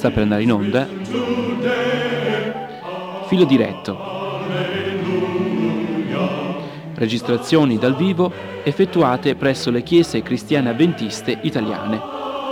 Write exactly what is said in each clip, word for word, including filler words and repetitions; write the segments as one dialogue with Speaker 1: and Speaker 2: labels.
Speaker 1: sta per andare in onda Filo Diretto. Registrazioni dal vivo effettuate presso le chiese cristiane avventiste italiane.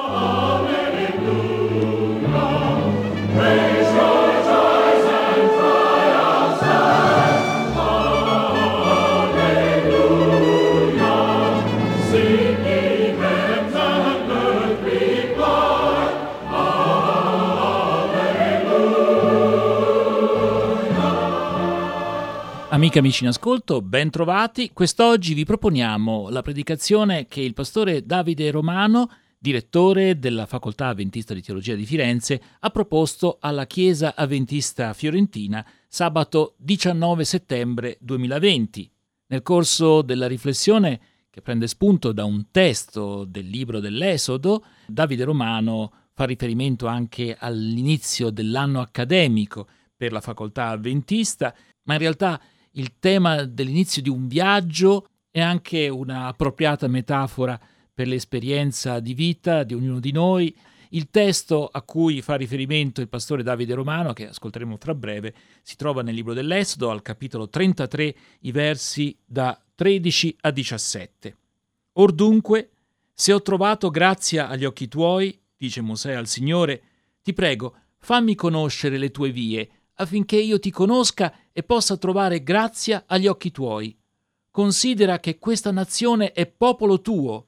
Speaker 2: Amiche e amici in ascolto, ben trovati. Quest'oggi vi proponiamo la predicazione che il pastore Davide Romano, direttore della Facoltà Avventista di Teologia di Firenze, ha proposto alla Chiesa Avventista Fiorentina sabato diciannove settembre duemilaventi. Nel corso della riflessione, che prende spunto da un testo del libro dell'Esodo, Davide Romano fa riferimento anche all'inizio dell'anno accademico per la Facoltà Avventista, ma in realtà il tema dell'inizio di un viaggio è anche una appropriata metafora per l'esperienza di vita di ognuno di noi. Il testo a cui fa riferimento il pastore Davide Romano, che ascolteremo fra breve, si trova nel libro dell'Esodo, al capitolo trentatré, i versi da tredici a diciassette. Or dunque, se ho trovato grazia agli occhi tuoi, dice Mosè al Signore, ti prego, fammi conoscere le tue vie, affinché io ti conosca e possa trovare grazia agli occhi tuoi. Considera che questa nazione è popolo tuo.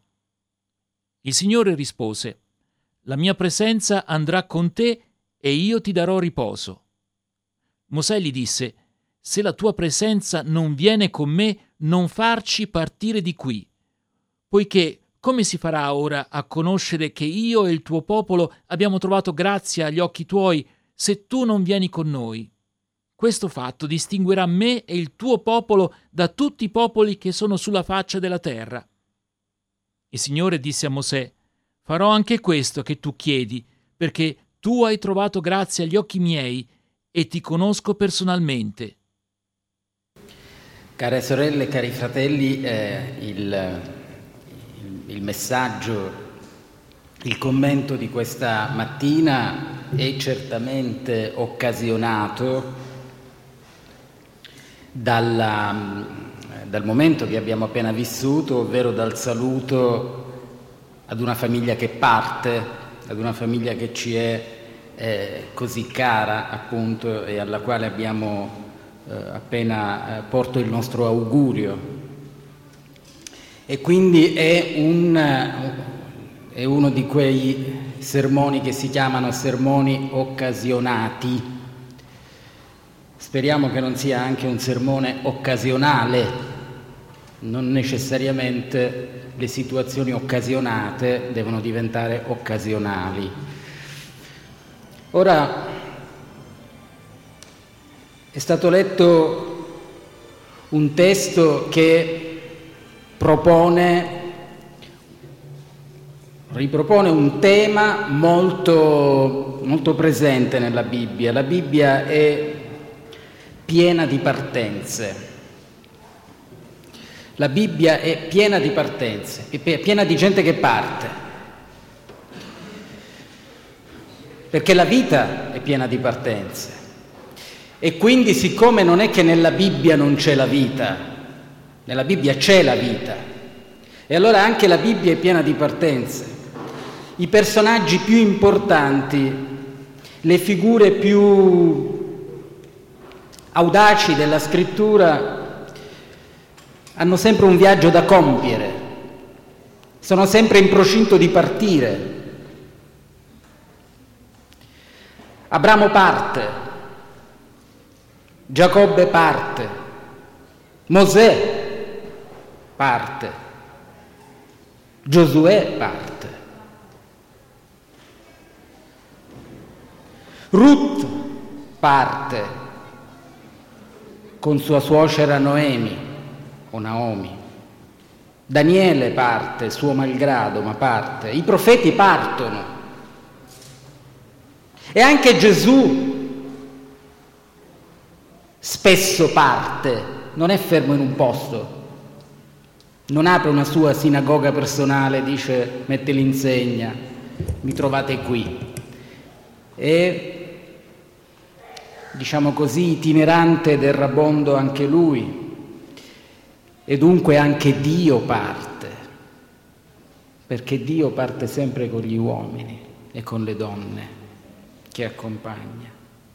Speaker 2: Il Signore rispose, la mia presenza andrà con te e io ti darò riposo. Mosè gli disse, se la tua presenza non viene con me, non farci partire di qui, poiché come si farà ora a conoscere che io e il tuo popolo abbiamo trovato grazia agli occhi tuoi se tu non vieni con noi? Questo fatto distinguerà me e il tuo popolo da tutti i popoli che sono sulla faccia della terra. Il Signore disse a Mosè, farò anche questo che tu chiedi, perché tu hai trovato grazia agli occhi miei e ti conosco personalmente.
Speaker 3: Care sorelle, cari fratelli, eh, il, il, il messaggio, il commento di questa mattina è certamente occasionato dalla, dal momento che abbiamo appena vissuto, ovvero dal saluto ad una famiglia che parte, ad una famiglia che ci è eh, così cara, appunto, e alla quale abbiamo eh, appena eh, porto il nostro augurio. E quindi è, un, è uno di quei sermoni che si chiamano sermoni occasionati. Speriamo che non sia anche un sermone occasionale, non necessariamente le situazioni occasionate devono diventare occasionali. Ora, è stato letto un testo che propone, ripropone un tema molto, molto presente nella Bibbia. La Bibbia è piena di partenze. La Bibbia è piena di partenze, è piena di gente che parte. Perché la vita è piena di partenze. E quindi, siccome non è che nella Bibbia non c'è la vita, nella Bibbia c'è la vita. E allora anche la Bibbia è piena di partenze. I personaggi più importanti, le figure più audaci della scrittura hanno sempre un viaggio da compiere, sono sempre in procinto di partire. Abramo parte, Giacobbe parte, Mosè parte, Giosuè parte, Ruth parte con sua suocera Noemi o Naomi. Daniele parte, suo malgrado, ma parte. I profeti partono. E anche Gesù spesso parte, non è fermo in un posto. Non apre una sua sinagoga personale, dice, mette l'insegna, mi trovate qui. è, diciamo così, itinerante ed errabondo anche lui, e dunque anche Dio parte, perché Dio parte sempre con gli uomini e con le donne che accompagna.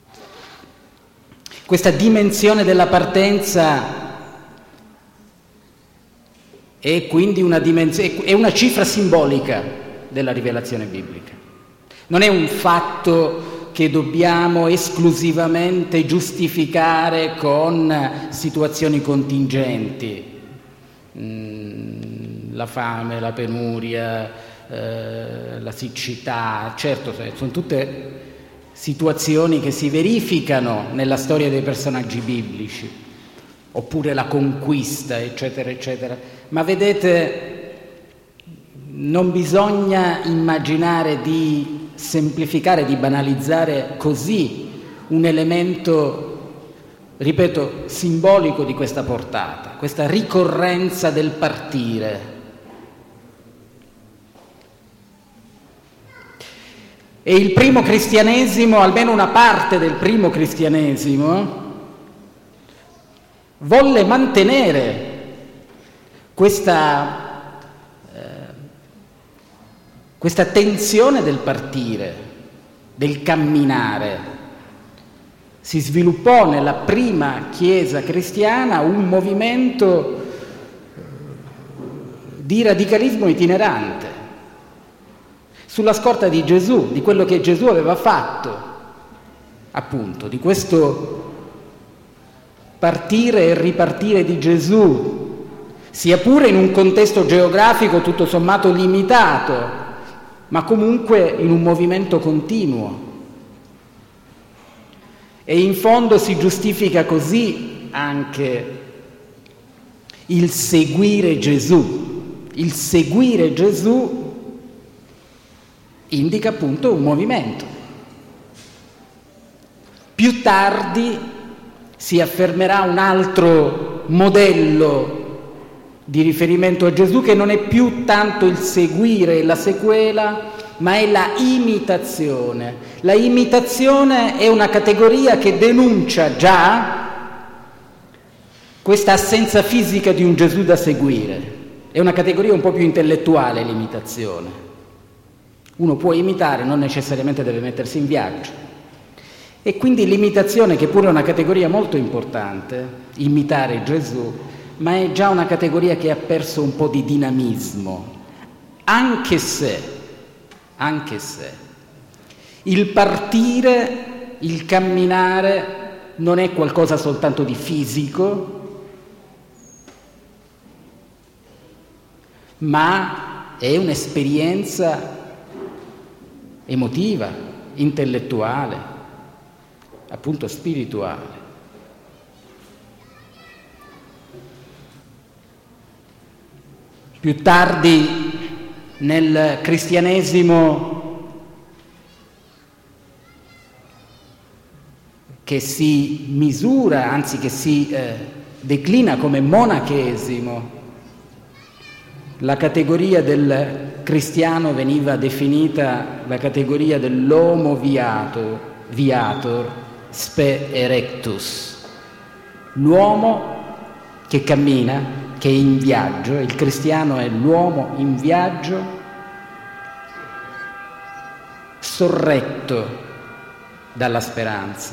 Speaker 3: Questa dimensione della partenza è quindi una dimensione, è una cifra simbolica della rivelazione biblica. Non è un fatto che dobbiamo esclusivamente giustificare con situazioni contingenti, mm, la fame, la penuria, eh, la siccità. Certo, sono tutte situazioni che si verificano nella storia dei personaggi biblici, oppure la conquista, eccetera, eccetera. Ma vedete, non bisogna immaginare di semplificare, di banalizzare così un elemento, ripeto, simbolico di questa portata, questa ricorrenza del partire. E il primo cristianesimo, almeno una parte del primo cristianesimo, volle mantenere questa, eh, questa tensione del partire, del camminare. Si sviluppò nella prima chiesa cristiana un movimento di radicalismo itinerante, sulla scorta di Gesù, di quello che Gesù aveva fatto, appunto, di questo partire e ripartire di Gesù, sia pure in un contesto geografico tutto sommato limitato, ma comunque in un movimento continuo. E in fondo si giustifica così anche il seguire Gesù. Il seguire Gesù indica appunto un movimento. Più tardi si affermerà un altro modello di riferimento a Gesù, che non è più tanto il seguire e la sequela, ma è la imitazione. La imitazione è una categoria che denuncia già questa assenza fisica di un Gesù da seguire. È una categoria un po' più intellettuale, l'imitazione. Uno può imitare, non necessariamente deve mettersi in viaggio. E quindi l'imitazione, che pure è una categoria molto importante, imitare Gesù, ma è già una categoria che ha perso un po' di dinamismo, anche se, anche se il partire, il camminare non è qualcosa soltanto di fisico, ma è un'esperienza emotiva, intellettuale, appunto spirituale. Più tardi nel cristianesimo, che si misura, anzi che si eh, declina come monachesimo, la categoria del cristiano veniva definita la categoria dell'homo viator, viator spe erectus, l'uomo che cammina, che è in viaggio. Il cristiano è l'uomo in viaggio, sorretto dalla speranza.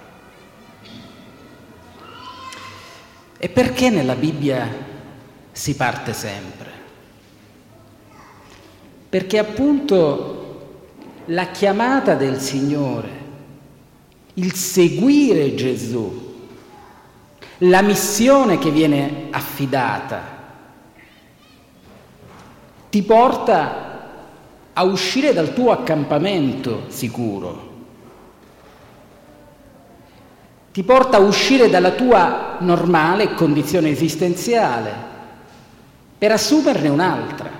Speaker 3: E perché nella Bibbia si parte sempre? Perché appunto la chiamata del Signore, il seguire Gesù, la missione che viene affidata, ti porta a uscire dal tuo accampamento sicuro, ti porta a uscire dalla tua normale condizione esistenziale per assumerne un'altra.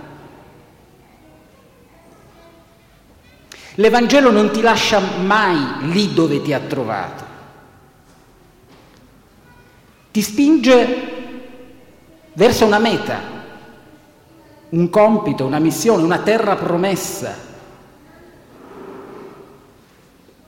Speaker 3: L'Evangelo non ti lascia mai lì dove ti ha trovato. Ti spinge verso una meta, un compito, una missione, una terra promessa.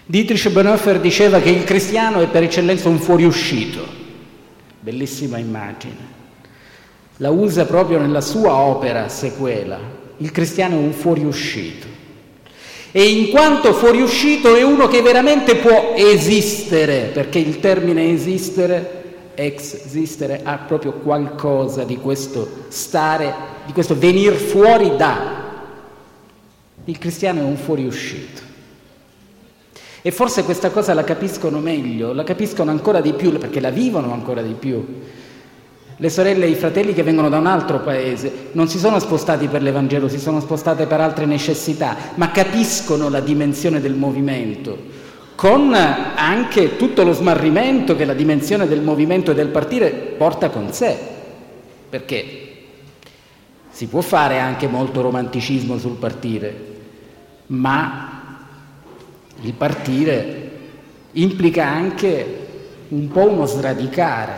Speaker 3: Dietrich Bonhoeffer diceva che il cristiano è per eccellenza un fuoriuscito. Bellissima immagine. La usa proprio nella sua opera Sequela. Il cristiano è un fuoriuscito. E in quanto fuoriuscito è uno che veramente può esistere, perché il termine esistere, ex esistere, ha proprio qualcosa di questo stare, di questo venir fuori da. Il cristiano è un fuoriuscito. E forse questa cosa la capiscono meglio, la capiscono ancora di più, perché la vivono ancora di più. Le sorelle e i fratelli che vengono da un altro paese non si sono spostati per l'Evangelo, si sono spostati per altre necessità, ma capiscono la dimensione del movimento, con anche tutto lo smarrimento che la dimensione del movimento e del partire porta con sé. Perché si può fare anche molto romanticismo sul partire, ma il partire implica anche un po' uno sradicare,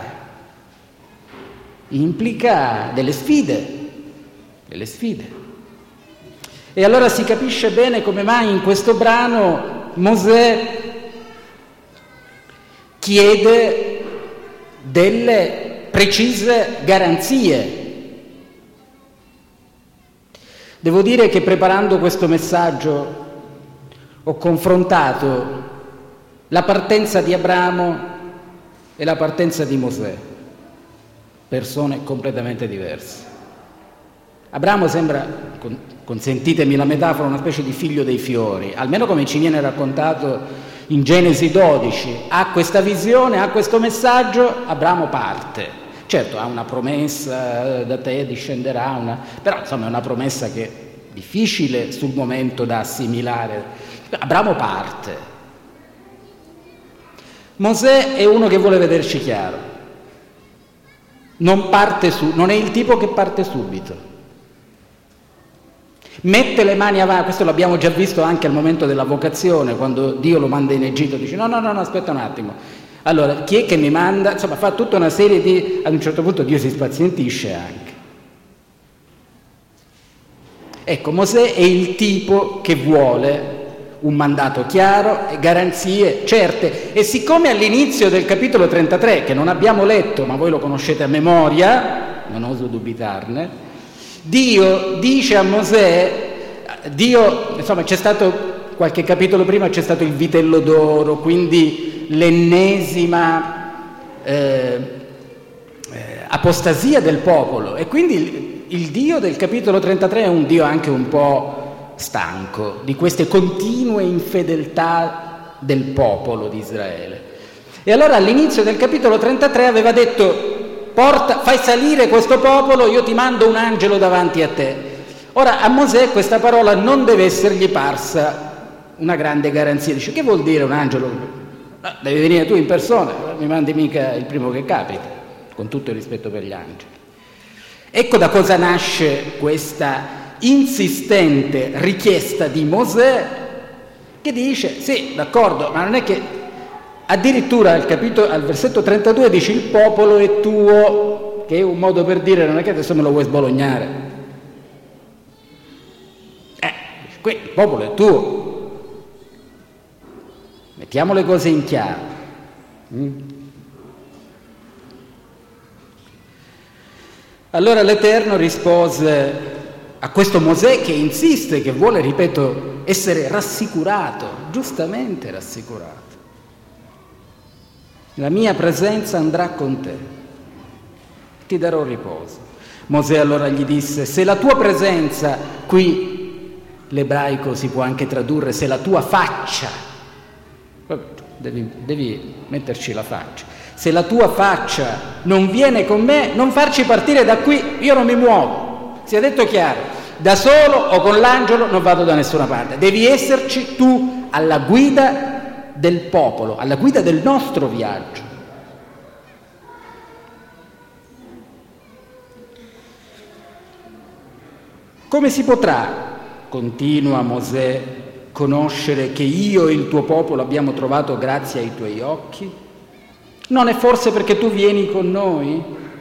Speaker 3: implica delle sfide, delle sfide. E allora si capisce bene come mai in questo brano Mosè chiede delle precise garanzie. Devo dire che preparando questo messaggio ho confrontato la partenza di Abramo e la partenza di Mosè, persone completamente diverse. Abramo sembra, consentitemi la metafora, una specie di figlio dei fiori, almeno come ci viene raccontato in Genesi dodici. Ha questa visione, ha questo messaggio, Abramo parte. Certo, ha una promessa, da te discenderà una... però insomma è una promessa che è difficile sul momento da assimilare. Abramo parte. Mosè è uno che vuole vederci chiaro. Non parte su, non è il tipo che parte subito. Mette le mani avanti, questo l'abbiamo già visto anche al momento della vocazione, quando Dio lo manda in Egitto, dice no, no, no, no, aspetta un attimo. Allora, chi è che mi manda? Insomma, fa tutta una serie di... ad un certo punto Dio si spazientisce anche. Ecco, Mosè è il tipo che vuole un mandato chiaro e garanzie certe. E siccome all'inizio del capitolo trentatré, che non abbiamo letto, ma voi lo conoscete a memoria, non oso dubitarne, Dio dice a Mosè, Dio, insomma, c'è stato qualche capitolo prima, c'è stato il vitello d'oro, quindi l'ennesima eh, eh, apostasia del popolo, e quindi il, il Dio del capitolo trentatré è un Dio anche un po' stanco di queste continue infedeltà del popolo di Israele. E allora all'inizio del capitolo trentatré aveva detto: porta, fai salire questo popolo, io ti mando un angelo davanti a te. Ora a Mosè questa parola non deve essergli parsa una grande garanzia. Dice: che vuol dire un angelo? Ah, devi venire tu in persona, non mi mandi mica il primo che capita, con tutto il rispetto per gli angeli. Ecco da cosa nasce questa insistente richiesta di Mosè, che dice: sì, d'accordo, ma non è che addirittura al capitolo, al versetto trentadue dice: il popolo è tuo, che è un modo per dire non è che adesso me lo vuoi sbolognare, eh, qui il popolo è tuo, mettiamo le cose in chiaro. mm? Allora l'Eterno rispose a questo Mosè che insiste, che vuole, ripeto, essere rassicurato, giustamente rassicurato: la mia presenza andrà con te, ti darò riposo. Mosè allora gli disse: se la tua presenza, qui l'ebraico si può anche tradurre se la tua faccia, devi, devi metterci la faccia, se la tua faccia non viene con me, non farci partire da qui, io non mi muovo. Sia detto chiaro, da solo o con l'angelo non vado da nessuna parte, devi esserci tu alla guida del popolo, alla guida del nostro viaggio. Come si potrà, continua Mosè, conoscere che io e il tuo popolo abbiamo trovato grazia ai tuoi occhi? Non è forse perché tu vieni con noi?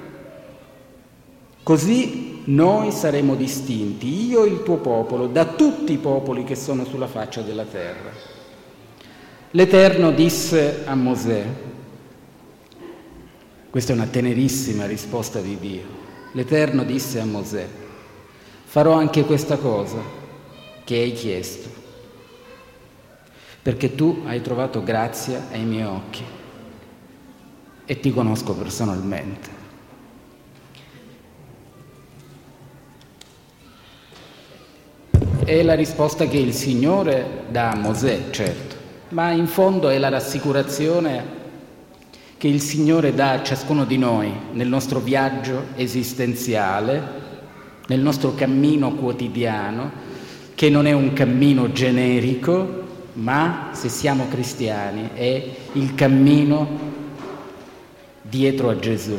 Speaker 3: Così noi saremo distinti, io e il tuo popolo, da tutti i popoli che sono sulla faccia della terra. L'Eterno disse a Mosè, questa è una tenerissima risposta di Dio, l'Eterno disse a Mosè, farò anche questa cosa che hai chiesto, perché tu hai trovato grazia ai miei occhi e ti conosco personalmente. È la risposta che il Signore dà a Mosè, certo, ma in fondo è la rassicurazione che il Signore dà a ciascuno di noi nel nostro viaggio esistenziale, nel nostro cammino quotidiano, che non è un cammino generico, ma, se siamo cristiani, è il cammino dietro a Gesù.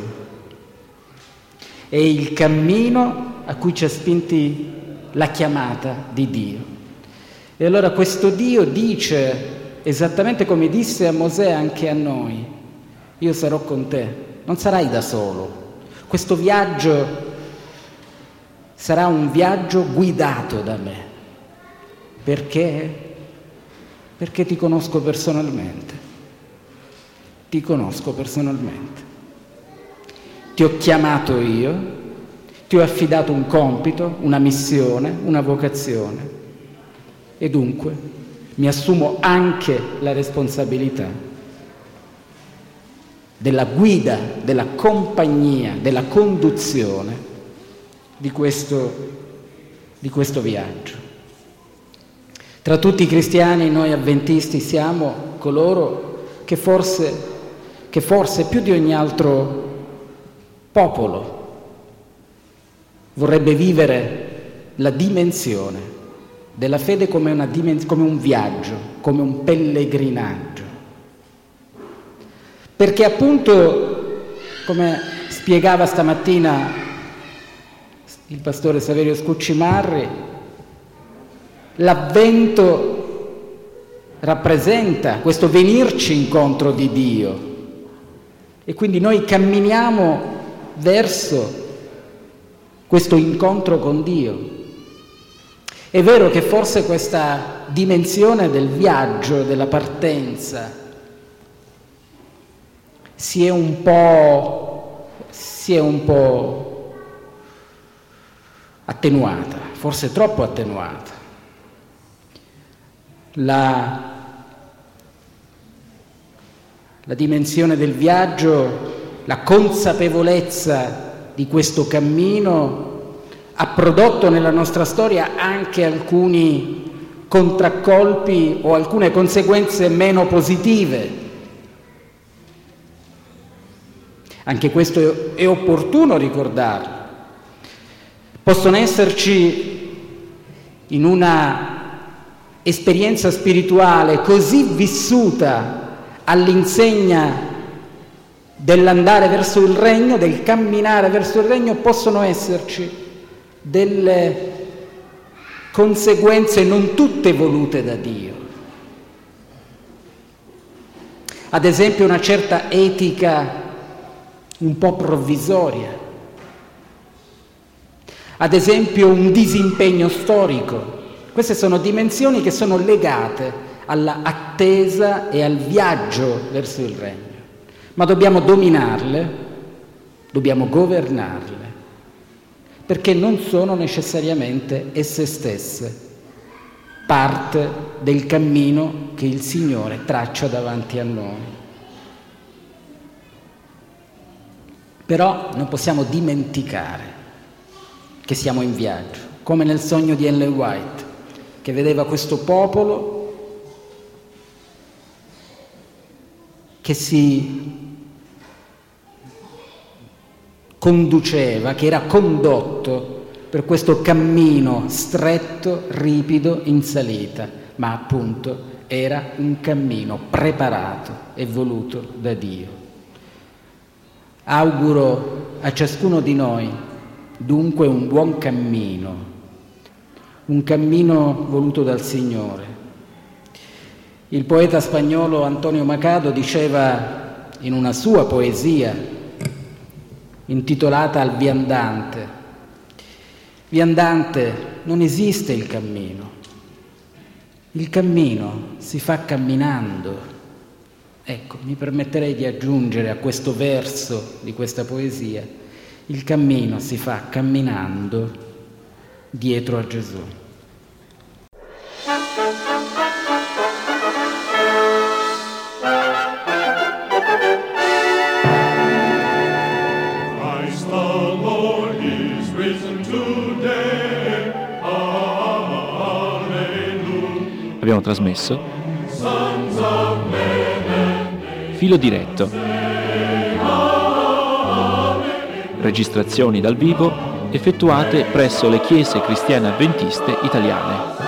Speaker 3: È il cammino a cui ci ha spinti la chiamata di Dio. E allora questo Dio dice, esattamente come disse a Mosè anche a noi, io sarò con te, non sarai da solo. Questo viaggio sarà un viaggio guidato da me. Perché? Perché ti conosco personalmente. Ti conosco personalmente. Ti ho chiamato io, ti ho affidato un compito, una missione, una vocazione e dunque mi assumo anche la responsabilità della guida, della compagnia, della conduzione di questo, di questo viaggio. Tra tutti i cristiani noi avventisti siamo coloro che forse, che forse più di ogni altro popolo vorrebbe vivere la dimensione della fede come, una dimensione, come un viaggio, come un pellegrinaggio. Perché appunto, come spiegava stamattina il pastore Saverio Scuccimarri, l'avvento rappresenta questo venirci incontro di Dio e quindi noi camminiamo verso questo incontro con Dio. È vero che forse questa dimensione del viaggio, della partenza, si è un po', si è un po' attenuata, forse troppo attenuata. La, la dimensione del viaggio, la consapevolezza di questo cammino ha prodotto nella nostra storia anche alcuni contraccolpi o alcune conseguenze meno positive. Anche questo è opportuno ricordarlo. Possono esserci in una esperienza spirituale così vissuta all'insegna dell'andare verso il regno, del camminare verso il regno, possono esserci delle conseguenze non tutte volute da Dio. Ad esempio una certa etica un po' provvisoria, ad esempio un disimpegno storico. Queste sono dimensioni che sono legate alla attesa e al viaggio verso il regno, ma dobbiamo dominarle, dobbiamo governarle, perché non sono necessariamente esse stesse parte del cammino che il Signore traccia davanti a noi. Però non possiamo dimenticare che siamo in viaggio, come nel sogno di Ellen White, che vedeva questo popolo che si conduceva, che era condotto per questo cammino stretto, ripido, in salita, ma appunto era un cammino preparato e voluto da Dio. Auguro a ciascuno di noi dunque un buon cammino, un cammino voluto dal Signore. Il poeta spagnolo Antonio Machado diceva in una sua poesia intitolata Al viandante: viandante, non esiste il cammino, Il cammino si fa camminando. Ecco, mi permetterei di aggiungere a questo verso di questa poesia: il cammino si fa camminando dietro a Gesù.
Speaker 1: Abbiamo trasmesso Filo diretto. Registrazioni dal vivo effettuate presso le chiese cristiane avventiste italiane.